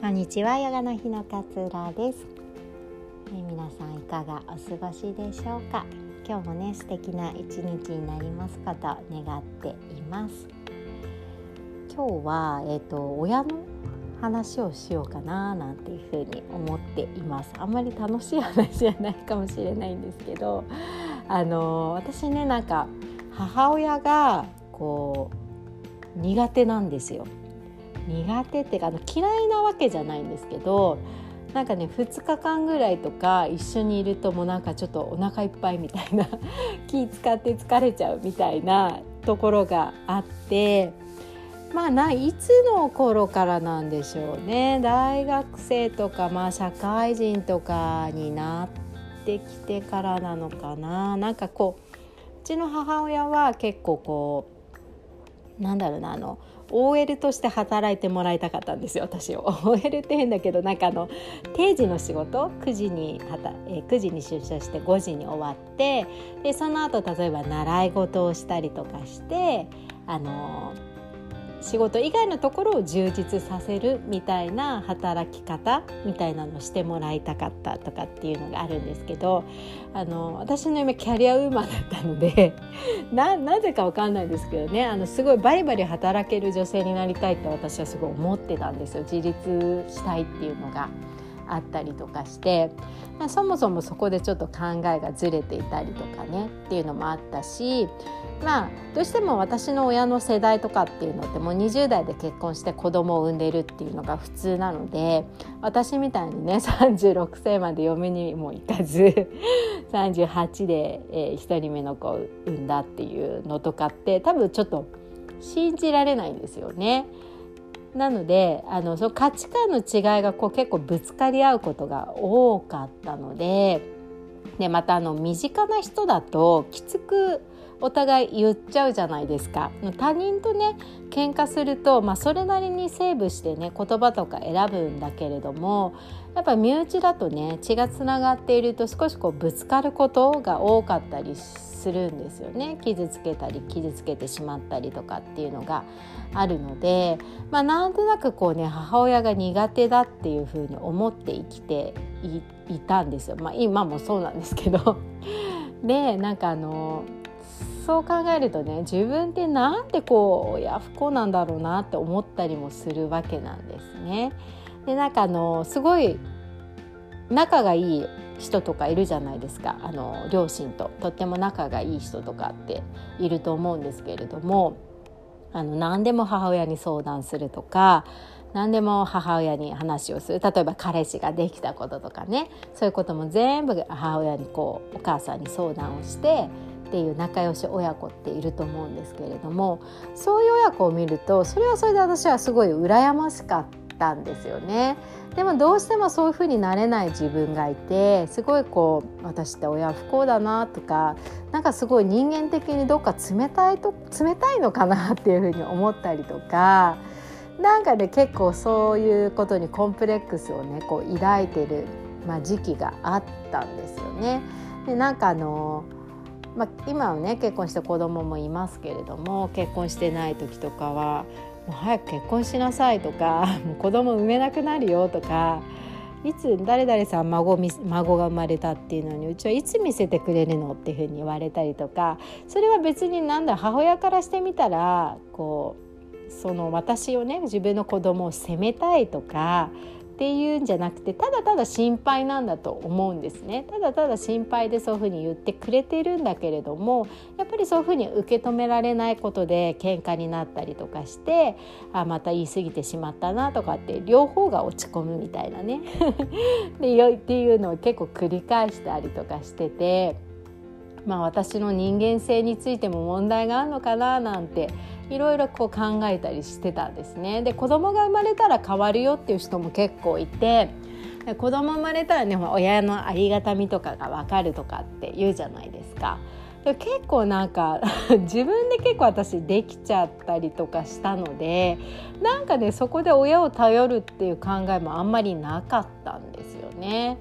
こんにちは、ヨガの日の勝浦です。皆さんいかがお過ごしでしょうか。今日もね、素敵な一日になりますことを願っています。今日は、親の話をしようかななんていうふうに思っています。あんまり楽しい話じゃないかもしれないんですけど、私ね、母親が苦手なんですよ。苦手っていうか嫌いなわけじゃないんですけど、2日間ぐらいとか一緒にいるともうちょっとお腹いっぱいみたいな気使って疲れちゃうみたいなところがあって、いつの頃からなんでしょうね。大学生とか、社会人とかになってきてからなのかな。うちの母親は結構OL として働いてもらいたかったんですよ、私を。OL って変だけど定時の仕事9時に出社して5時に終わって、でその後例えば習い事をしたりとかして仕事以外のところを充実させるみたいな働き方みたいなのをしてもらいたかったとかっていうのがあるんですけど、私の夢キャリアウーマンだったのでなぜかわかんないですけどね、すごいバリバリ働ける女性になりたいって私はすごい思ってたんですよ。自立したいっていうのがあったりとかして、そもそもそこでちょっと考えがずれていたりとかねっていうのもあったし、どうしても私の親の世代とかっていうのってもう20代で結婚して子供を産んでるっていうのが普通なので、私みたいにね36歳まで嫁にも行かず38で、1人目の子を産んだっていうのとかって多分ちょっと信じられないんですよね。なのでその価値観の違いが結構ぶつかり合うことが多かったので、また身近な人だときつくお互い言っちゃうじゃないですか。他人とね喧嘩すると、それなりにセーブしてね言葉とか選ぶんだけれども、やっぱ身内だとね血がつながっていると少しぶつかることが多かったりするんですよね。傷つけたり傷つけてしまったりとかっていうのがあるので、なんとなく母親が苦手だっていうふうに思って生きて いたんですよ。今もそうなんですけどでそう考えるとね、自分ってなんで親不幸なんだろうなって思ったりもするわけなんですね。ですごい仲がいい人とかいるじゃないですか。両親ととっても仲がいい人とかっていると思うんですけれども、何でも母親に相談するとか、何でも母親に話をする。例えば彼氏ができたこととかね、そういうことも全部母親にお母さんに相談をしてっていう仲良し親子っていると思うんですけれども、そういう親子を見るとそれはそれで私はすごい羨ましかったんですよね。でもどうしてもそういう風になれない自分がいて、すごい私って親不幸だなとか、すごい人間的にどっか冷たいのかなっていう風に思ったりとか、結構そういうことにコンプレックスをね抱いてる、時期があったんですよね。で今はね結婚して子供もいますけれども、結婚してない時とかはもう早く結婚しなさいとかもう子供産めなくなるよとか、いつ誰々さん孫が生まれたっていうのにうちはいつ見せてくれるのっていうふうに言われたりとか、それは別に母親からしてみたらその私をね、自分の子供を責めたいとかっていうんじゃなくて、ただただ心配なんだと思うんですね。ただただ心配でそういうふうに言ってくれてるんだけれども、やっぱりそういうふうに受け止められないことで喧嘩になったりとかして、また言い過ぎてしまったなとかって両方が落ち込むみたいなねっていうのを結構繰り返したりとかしてて、私の人間性についても問題があるのかななんていろいろ考えたりしてたんですね。で、子供が生まれたら変わるよっていう人も結構いて、子供生まれたらね、親のありがたみとかが分かるとかって言うじゃないですか。で結構自分で結構私できちゃったりとかしたので、そこで親を頼るっていう考えもあんまりなかったんですよね。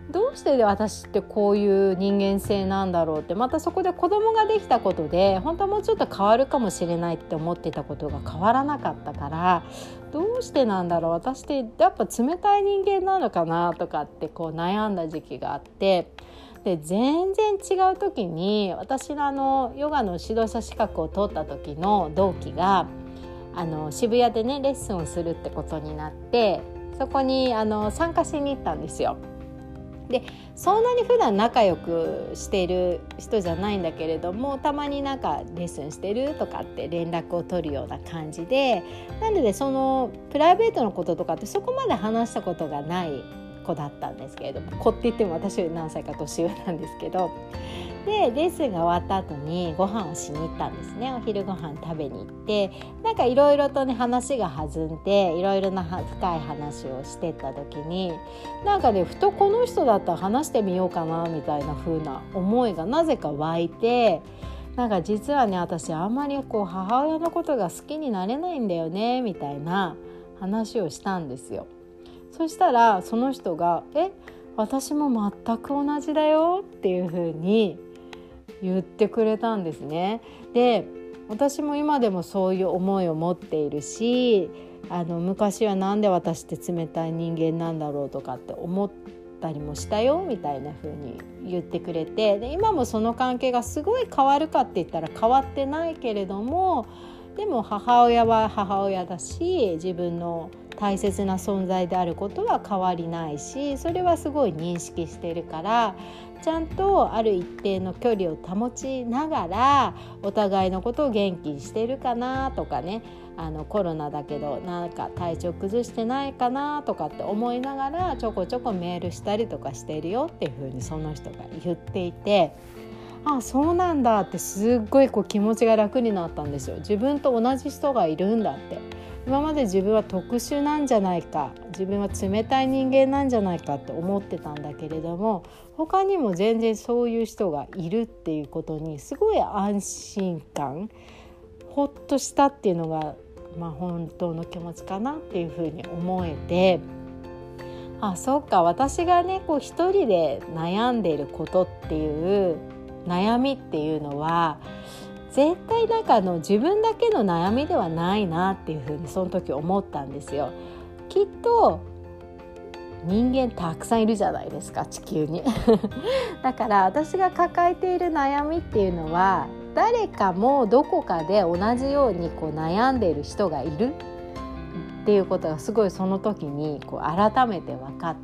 どうして私ってこういう人間性なんだろうって、またそこで子供ができたことで本当はもうちょっと変わるかもしれないって思ってたことが変わらなかったから、どうしてなんだろう、私ってやっぱ冷たい人間なのかなとかってこう悩んだ時期があって、で全然違う時に私のヨガの指導者資格を取った時の同期が渋谷でねレッスンをするってことになって、そこに参加しに行ったんですよ。でそんなに普段仲良くしている人じゃないんだけれども、たまになんかレッスンしてるとかって連絡を取るような感じで、なのでそのプライベートのこととかってそこまで話したことがない子だったんですけれども、子って言っても私より何歳か年上なんですけど、でレッスンが終わった後にご飯をしに行ったんですね。お昼ご飯食べに行って、なんかいろいろとね話が弾んで、いろいろな深い話をしてった時に、なんかねふとこの人だったら話してみようかなみたいな風な思いがなぜか湧いて、なんか実はね私あんまりこう母親のことが好きになれないんだよねみたいな話をしたんですよ。そしたらその人が私も全く同じだよっていう風に言ってくれたんですね。で私も今でもそういう思いを持っているし、昔はなんで私って冷たい人間なんだろうとかって思ったりもしたよみたいな風に言ってくれて、で今もその関係がすごい変わるかって言ったら変わってないけれども、でも母親は母親だし、自分の大切な存在であることは変わりないし、それはすごい認識してるから、ちゃんとある一定の距離を保ちながらお互いのことを元気にしてるかなとかね、コロナだけどなんか体調崩してないかなとかって思いながらちょこちょこメールしたりとかしてるよっていうふうにその人が言っていて、あ、そうなんだってすっごいこう気持ちが楽になったんですよ。自分と同じ人がいるんだって。今まで自分は特殊なんじゃないか、自分は冷たい人間なんじゃないかって思ってたんだけれども、他にも全然そういう人がいるっていうことにすごい安心感、ほっとしたっていうのが、本当の気持ちかなっていうふうに思えて、あ、そうか、私がねこう一人で悩んでいることっていう悩みっていうのは絶対なんか自分だけの悩みではないなっていうふうにその時思ったんですよ。きっと人間たくさんいるじゃないですか、地球にだから私が抱えている悩みっていうのは誰かもどこかで同じようにこう悩んでいる人がいるっていうことがすごいその時にこう改めて分かって、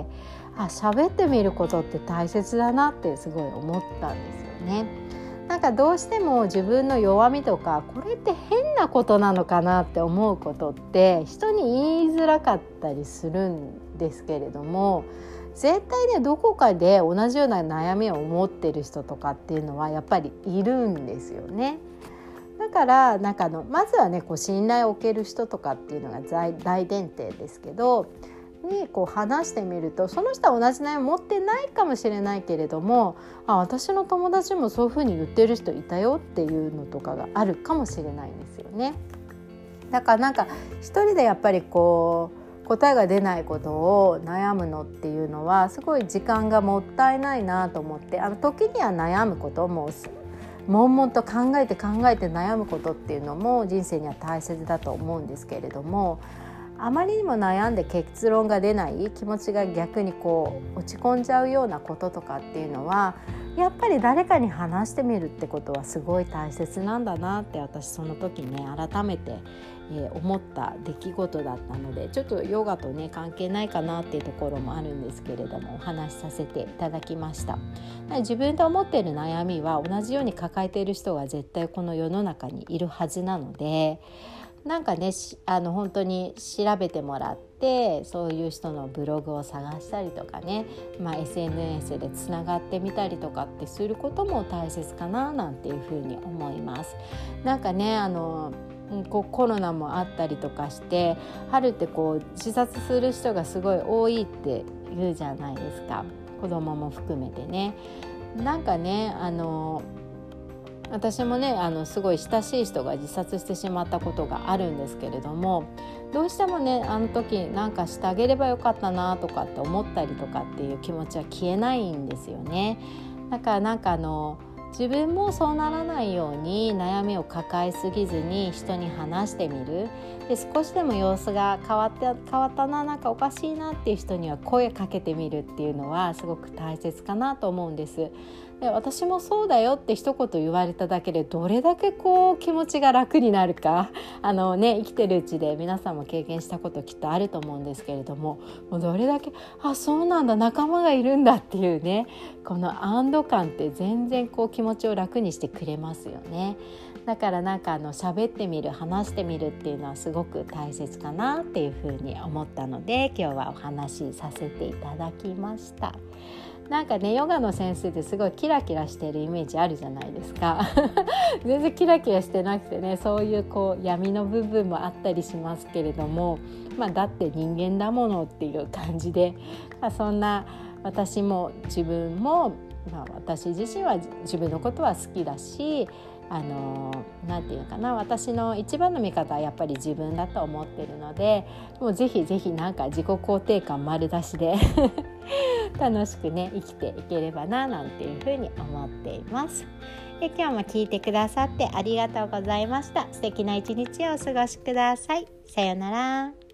喋ってみることって大切だなってすごい思ったんですよね。なんかどうしても自分の弱みとか、これって変なことなのかなって思うことって人に言いづらかったりするんですけれども、絶対ねどこかで同じような悩みを持ってる人とかっていうのはやっぱりいるんですよね。だからなんかまずはねこう信頼を置ける人とかっていうのが大前提ですけどにこう話してみると、その人は同じ悩み持ってないかもしれないけれども、私の友達もそういうふうに言ってる人いたよっていうのとかがあるかもしれないんですよね。だからなんか一人でやっぱりこう答えが出ないことを悩むのっていうのはすごい時間がもったいないなと思って、時には悩むことも悶々と考えて悩むことっていうのも人生には大切だと思うんですけれども、あまりにも悩んで結論が出ない気持ちが逆にこう落ち込んじゃうようなこととかっていうのはやっぱり誰かに話してみるってことはすごい大切なんだなって私その時ね改めて思った出来事だったので、ちょっとヨガとね関係ないかなっていうところもあるんですけれどもお話しさせていただきました。自分と思っている悩みは同じように抱えている人が絶対この世の中にいるはずなので、なんかね本当に調べてもらってそういう人のブログを探したりとかね、SNS でつながってみたりとかってすることも大切かななんていうふうに思います。なんかねコロナもあったりとかして春ってこう自殺する人がすごい多いって言うじゃないですか、子供も含めてね。なんかね私もねすごい親しい人が自殺してしまったことがあるんですけれども、どうしてもねあの時なんかしてあげればよかったなとかって思ったりとかっていう気持ちは消えないんですよね。だからなんか自分もそうならないように悩みを抱えすぎずに人に話してみる。で少しでも様子が変わったな、なんかおかしいなっていう人には声かけてみるっていうのはすごく大切かなと思うんです。で私もそうだよって一言言われただけでどれだけ気持ちが楽になるか生きてるうちで皆さんも経験したこときっとあると思うんですけれども、もうどれだけそうなんだ、仲間がいるんだっていうね、この安堵感って全然気持ちを楽にしてくれますよね。だからなんか喋ってみる、話してみるっていうのはすごく大切かなっていうふうに思ったので、今日はお話しさせていただきました。なんかねヨガの先生ってすごいキラキラしてるイメージあるじゃないですか全然キラキラしてなくてね、そういう闇の部分もあったりしますけれども、だって人間だものっていう感じで、そんな私も自分も、私自身は自分のことは好きだし、なんていうのかな、私の一番の味方はやっぱり自分だと思ってるので、もうぜひぜひなんか自己肯定感丸出しで楽しくね生きていければななんていうふうに思っています。今日も聞いてくださってありがとうございました。素敵な一日をお過ごしください。さようなら。